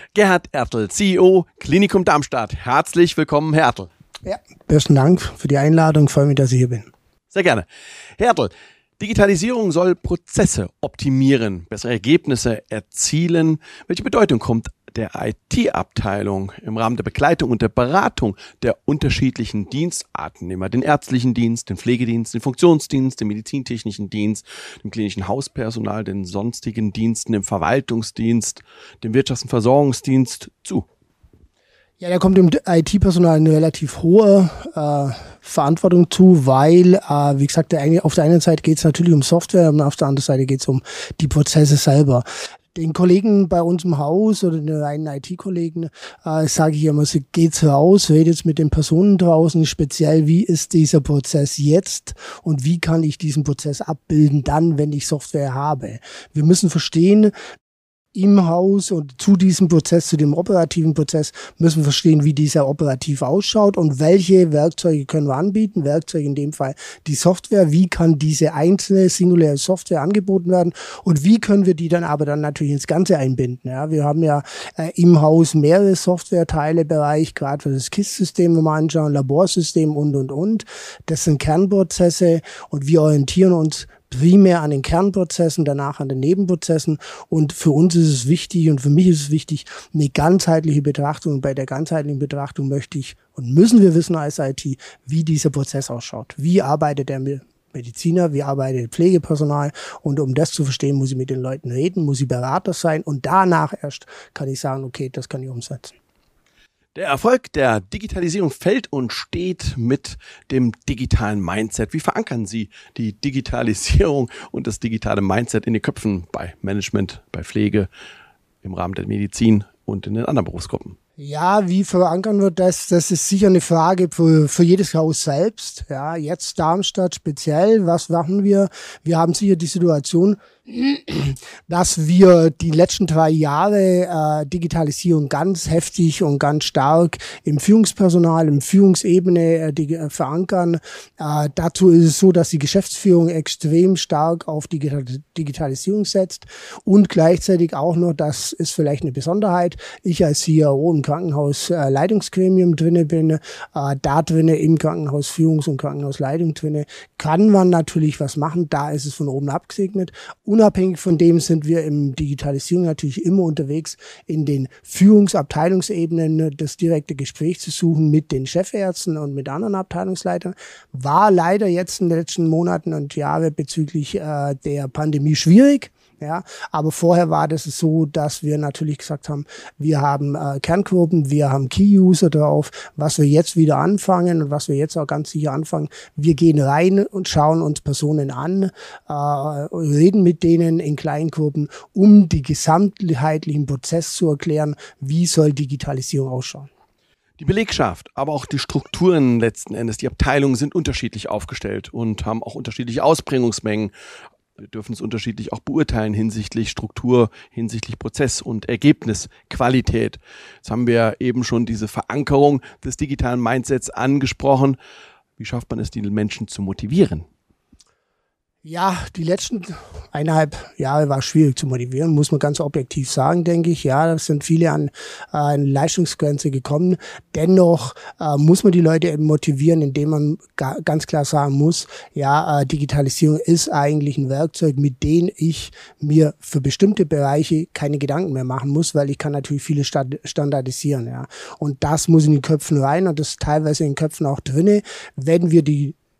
Gerhard Ertl, CEO, Klinikum Darmstadt. Herzlich willkommen, Herr Ertl. Ja, besten Dank für die Einladung. Ich freue mich, dass ich hier bin. Sehr gerne. Herr Ertl, Digitalisierung soll Prozesse optimieren, bessere Ergebnisse erzielen. Welche Bedeutung kommt der IT-Abteilung im Rahmen der Begleitung und der Beratung der unterschiedlichen Dienstarten, nehmen wir den ärztlichen Dienst, den Pflegedienst, den Funktionsdienst, den medizintechnischen Dienst, dem klinischen Hauspersonal, den sonstigen Diensten, dem Verwaltungsdienst, dem Wirtschafts- und Versorgungsdienst zu? Ja, da kommt dem IT-Personal eine relativ hohe Verantwortung zu, weil, wie gesagt, auf der einen Seite geht es natürlich um Software und auf der anderen Seite geht es um die Prozesse selber. Den Kollegen bei uns im Haus oder den reinen IT-Kollegen sage ich immer, geht's raus, redet mit den Personen draußen, speziell wie ist dieser Prozess jetzt und wie kann ich diesen Prozess abbilden dann, wenn ich Software habe. Wir müssen verstehen, im Haus und zu diesem Prozess, zu dem operativen Prozess, müssen wir verstehen, wie dieser operativ ausschaut und welche Werkzeuge können wir anbieten. Werkzeuge in dem Fall die Software. Wie kann diese einzelne singuläre Software angeboten werden und wie können wir die dann natürlich ins Ganze einbinden? Ja, wir haben ja im Haus mehrere Softwareteile-Bereich, gerade für das KISS-System, wenn wir anschauen, Laborsystem und. Das sind Kernprozesse und wir orientieren uns primär an den Kernprozessen, danach an den Nebenprozessen. Und für uns ist es wichtig und für mich ist es wichtig, eine ganzheitliche Betrachtung. Und bei der ganzheitlichen Betrachtung möchte ich und müssen wir wissen als IT, wie dieser Prozess ausschaut. Wie arbeitet der Mediziner, wie arbeitet Pflegepersonal? Und um das zu verstehen, muss ich mit den Leuten reden, muss ich Berater sein. Und danach erst kann ich sagen, okay, das kann ich umsetzen. Der Erfolg der Digitalisierung fällt und steht mit dem digitalen Mindset. Wie verankern Sie die Digitalisierung und das digitale Mindset in den Köpfen bei Management, bei Pflege, im Rahmen der Medizin und in den anderen Berufsgruppen? Ja, wie verankern wir das? Das ist sicher eine Frage für jedes Haus selbst. Ja, jetzt Darmstadt speziell. Was machen wir? Wir haben sicher die Situation, dass wir die letzten 3 Jahre Digitalisierung ganz heftig und ganz stark im Führungspersonal, im Führungsebene verankern. Dazu ist es so, dass die Geschäftsführung extrem stark auf Digitalisierung setzt und gleichzeitig auch noch, das ist vielleicht eine Besonderheit, ich als CIO im Krankenhaus Leitungsgremium drinne bin, da drinne im Krankenhaus Führungs- und Krankenhausleitung drinne, kann man natürlich was machen, da ist es von oben abgesegnet. Unabhängig von dem sind wir im Digitalisierung natürlich immer unterwegs, in den Führungsabteilungsebenen das direkte Gespräch zu suchen mit den Chefärzten und mit anderen Abteilungsleitern. War leider jetzt in den letzten Monaten und Jahren bezüglich der Pandemie schwierig. Ja, aber vorher war das so, dass wir natürlich gesagt haben, wir haben Kerngruppen, wir haben Key-User drauf, was wir jetzt wieder anfangen und was wir jetzt auch ganz sicher anfangen. Wir gehen rein und schauen uns Personen an, reden mit denen in Kleingruppen, um die gesamtheitlichen Prozess zu erklären, wie soll Digitalisierung ausschauen. Die Belegschaft, aber auch die Strukturen letzten Endes, die Abteilungen sind unterschiedlich aufgestellt und haben auch unterschiedliche Ausbringungsmengen. Wir dürfen es unterschiedlich auch beurteilen hinsichtlich Struktur, hinsichtlich Prozess- und Ergebnisqualität. Jetzt haben wir eben schon diese Verankerung des digitalen Mindsets angesprochen. Wie schafft man es, die Menschen zu motivieren? Ja, die letzten 1,5 Jahre war schwierig zu motivieren, muss man ganz objektiv sagen, denke ich. Ja, da sind viele an eine Leistungsgrenze gekommen. Dennoch muss man die Leute eben motivieren, indem man ganz klar sagen muss, ja, Digitalisierung ist eigentlich ein Werkzeug, mit dem ich mir für bestimmte Bereiche keine Gedanken mehr machen muss, weil ich kann natürlich viele standardisieren. Ja, und das muss in die Köpfen rein und das ist teilweise in den Köpfen auch drinne, wenn wir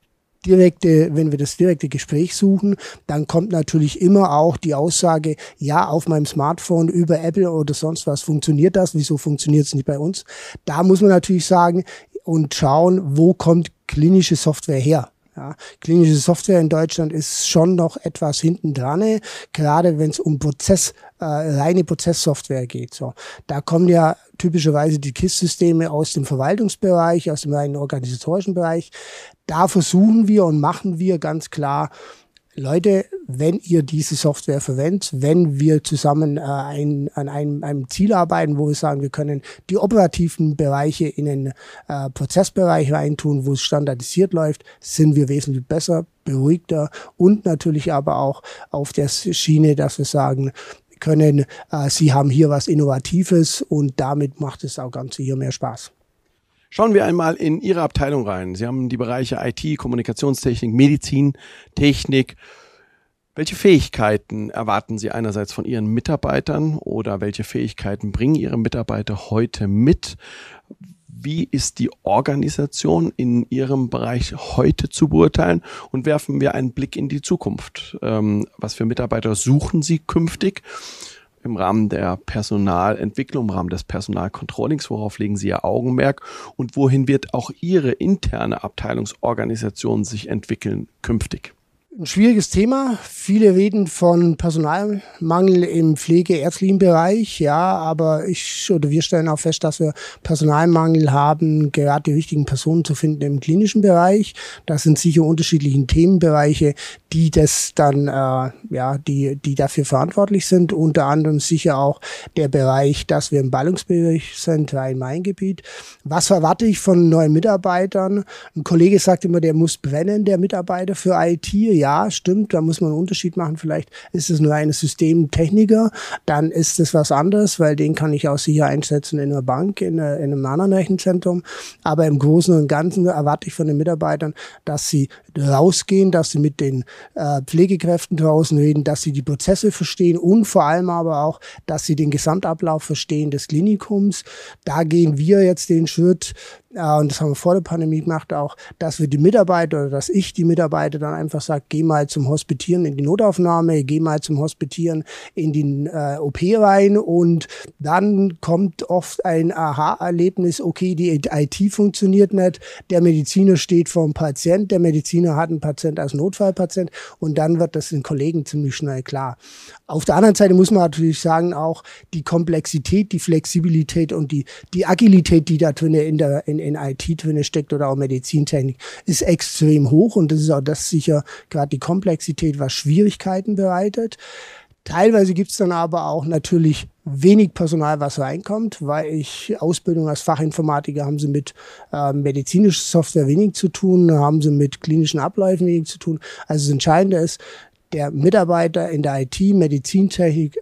das direkte Gespräch suchen, dann kommt natürlich immer auch die Aussage, ja, auf meinem Smartphone über Apple oder sonst was funktioniert das, wieso funktioniert es nicht bei uns? Da muss man natürlich sagen und schauen, wo kommt klinische Software her? Ja, klinische Software in Deutschland ist schon noch etwas hinten dran, gerade wenn es um reine Prozesssoftware geht. So, da kommen ja typischerweise die KISS-Systeme aus dem Verwaltungsbereich, aus dem reinen organisatorischen Bereich. Da versuchen wir und machen wir ganz klar, Leute, wenn ihr diese Software verwendet, wenn wir zusammen an einem Ziel arbeiten, wo wir sagen, wir können die operativen Bereiche in den Prozessbereich reintun, wo es standardisiert läuft, sind wir wesentlich besser, beruhigter und natürlich aber auch auf der Schiene, dass wir sagen, Sie haben hier was Innovatives und damit macht es auch ganz sicher mehr Spaß. Schauen wir einmal in Ihre Abteilung rein. Sie haben die Bereiche IT, Kommunikationstechnik, Medizin, Technik. Welche Fähigkeiten erwarten Sie einerseits von Ihren Mitarbeitern oder welche Fähigkeiten bringen Ihre Mitarbeiter heute mit? Wie ist die Organisation in Ihrem Bereich heute zu beurteilen? Und werfen wir einen Blick in die Zukunft. Was für Mitarbeiter suchen Sie künftig im Rahmen der Personalentwicklung, im Rahmen des Personalcontrollings? Worauf legen Sie Ihr Augenmerk? Und wohin wird auch Ihre interne Abteilungsorganisation sich entwickeln künftig? Ein schwieriges Thema. Viele reden von Personalmangel im pflegeärztlichen Bereich. Ja, aber wir stellen auch fest, dass wir Personalmangel haben, gerade die richtigen Personen zu finden im klinischen Bereich. Das sind sicher unterschiedliche Themenbereiche, die das dann, die dafür verantwortlich sind. Unter anderem sicher auch der Bereich, dass wir im Ballungsbereich sind, Rhein-Main-Gebiet. Was erwarte ich von neuen Mitarbeitern? Ein Kollege sagt immer, der muss brennen, der Mitarbeiter für IT. Ja, stimmt, da muss man einen Unterschied machen. Vielleicht ist es nur ein Systemtechniker, dann ist es was anderes, weil den kann ich auch sicher einsetzen in einer Bank, in einem anderen Rechenzentrum. Aber im Großen und Ganzen erwarte ich von den Mitarbeitern, dass sie rausgehen, dass sie mit den Pflegekräften draußen reden, dass sie die Prozesse verstehen und vor allem aber auch, dass sie den Gesamtablauf verstehen des Klinikums. Da gehen wir jetzt den Schritt, und das haben wir vor der Pandemie gemacht auch, dass wir die Mitarbeiter oder dass ich die Mitarbeiter dann einfach sage, geh mal zum Hospitieren in die Notaufnahme, geh mal zum Hospitieren in den OP rein und dann kommt oft ein Aha-Erlebnis, okay, die IT funktioniert nicht, der Mediziner steht vor dem Patient, der Mediziner hat einen Patient als Notfallpatient und dann wird das den Kollegen ziemlich schnell klar. Auf der anderen Seite muss man natürlich sagen, auch die Komplexität, die Flexibilität und die Agilität, die da drin in IT drin steckt oder auch Medizintechnik, ist extrem hoch und das ist auch das sicher gerade die Komplexität, was Schwierigkeiten bereitet. Teilweise gibt es dann aber auch natürlich wenig Personal, was reinkommt, weil Ausbildung als Fachinformatiker haben sie mit medizinischer Software wenig zu tun, haben sie mit klinischen Abläufen wenig zu tun. Also das Entscheidende ist, der Mitarbeiter in der IT, Medizintechnik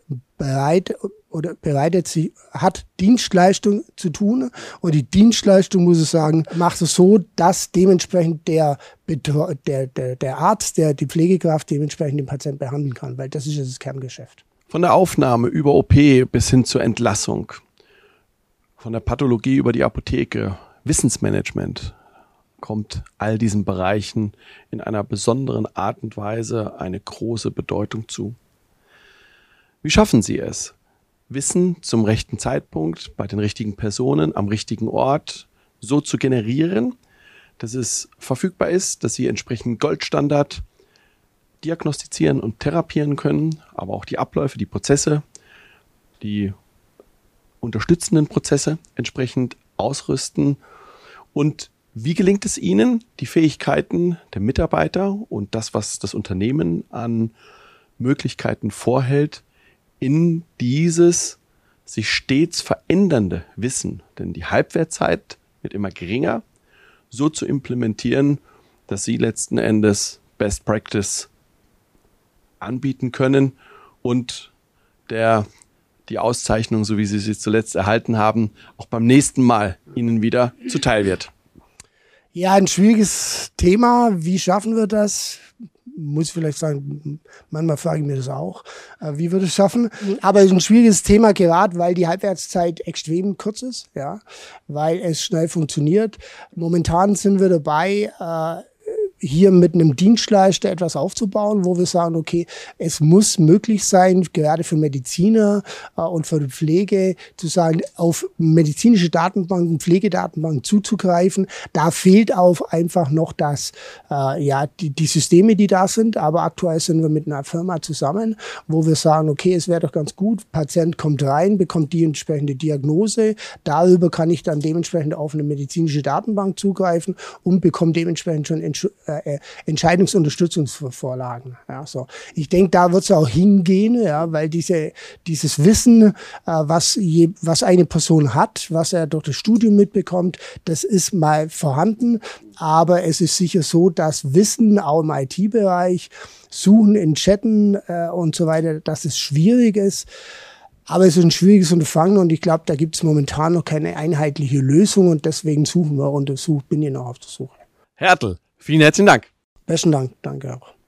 hat Dienstleistung zu tun und die Dienstleistung, muss ich sagen, macht es so, dass dementsprechend der Arzt, die Pflegekraft dementsprechend den Patienten behandeln kann, weil das ist das Kerngeschäft. Von der Aufnahme über OP bis hin zur Entlassung, von der Pathologie über die Apotheke, Wissensmanagement, kommt all diesen Bereichen in einer besonderen Art und Weise eine große Bedeutung zu. Wie schaffen Sie es, Wissen zum rechten Zeitpunkt bei den richtigen Personen am richtigen Ort so zu generieren, dass es verfügbar ist, dass Sie entsprechend Goldstandard diagnostizieren und therapieren können, aber auch die Abläufe, die Prozesse, die unterstützenden Prozesse entsprechend ausrüsten. Und wie gelingt es Ihnen, die Fähigkeiten der Mitarbeiter und das, was das Unternehmen an Möglichkeiten vorhält, in dieses sich stets verändernde Wissen, denn die Halbwertzeit wird immer geringer, so zu implementieren, dass Sie letzten Endes Best Practice anbieten können und die Auszeichnung, so wie Sie sie zuletzt erhalten haben, auch beim nächsten Mal Ihnen wieder zuteil wird. Ja, ein schwieriges Thema. Wie schaffen wir das? Muss ich vielleicht sagen, manchmal frage ich mir das auch, wie wir das schaffen. Aber es ist ein schwieriges Thema, gerade weil die Halbwertszeit extrem kurz ist, ja, weil es schnell funktioniert. Momentan sind wir dabei, hier mit einem Dienstleister etwas aufzubauen, wo wir sagen, okay, es muss möglich sein, gerade für Mediziner und für die Pflege, zu sagen, auf medizinische Datenbanken, Pflegedatenbanken zuzugreifen. Da fehlt auch einfach noch die Systeme, die da sind. Aber aktuell sind wir mit einer Firma zusammen, wo wir sagen, okay, es wäre doch ganz gut, Patient kommt rein, bekommt die entsprechende Diagnose. Darüber kann ich dann dementsprechend auf eine medizinische Datenbank zugreifen und bekomme dementsprechend schon Entscheidungsunterstützungsvorlagen. Ja, so. Ich denke, da wird es auch hingehen, ja, weil dieses Wissen, was eine Person hat, was er durch das Studium mitbekommt, das ist mal vorhanden. Aber es ist sicher so, dass Wissen auch im IT-Bereich, Suchen in Chatten und so weiter, dass es schwierig ist. Aber es ist ein schwieriges Unterfangen und ich glaube, da gibt es momentan noch keine einheitliche Lösung und deswegen bin ich noch auf der Suche. Hertel, vielen herzlichen Dank. Besten Dank, danke auch.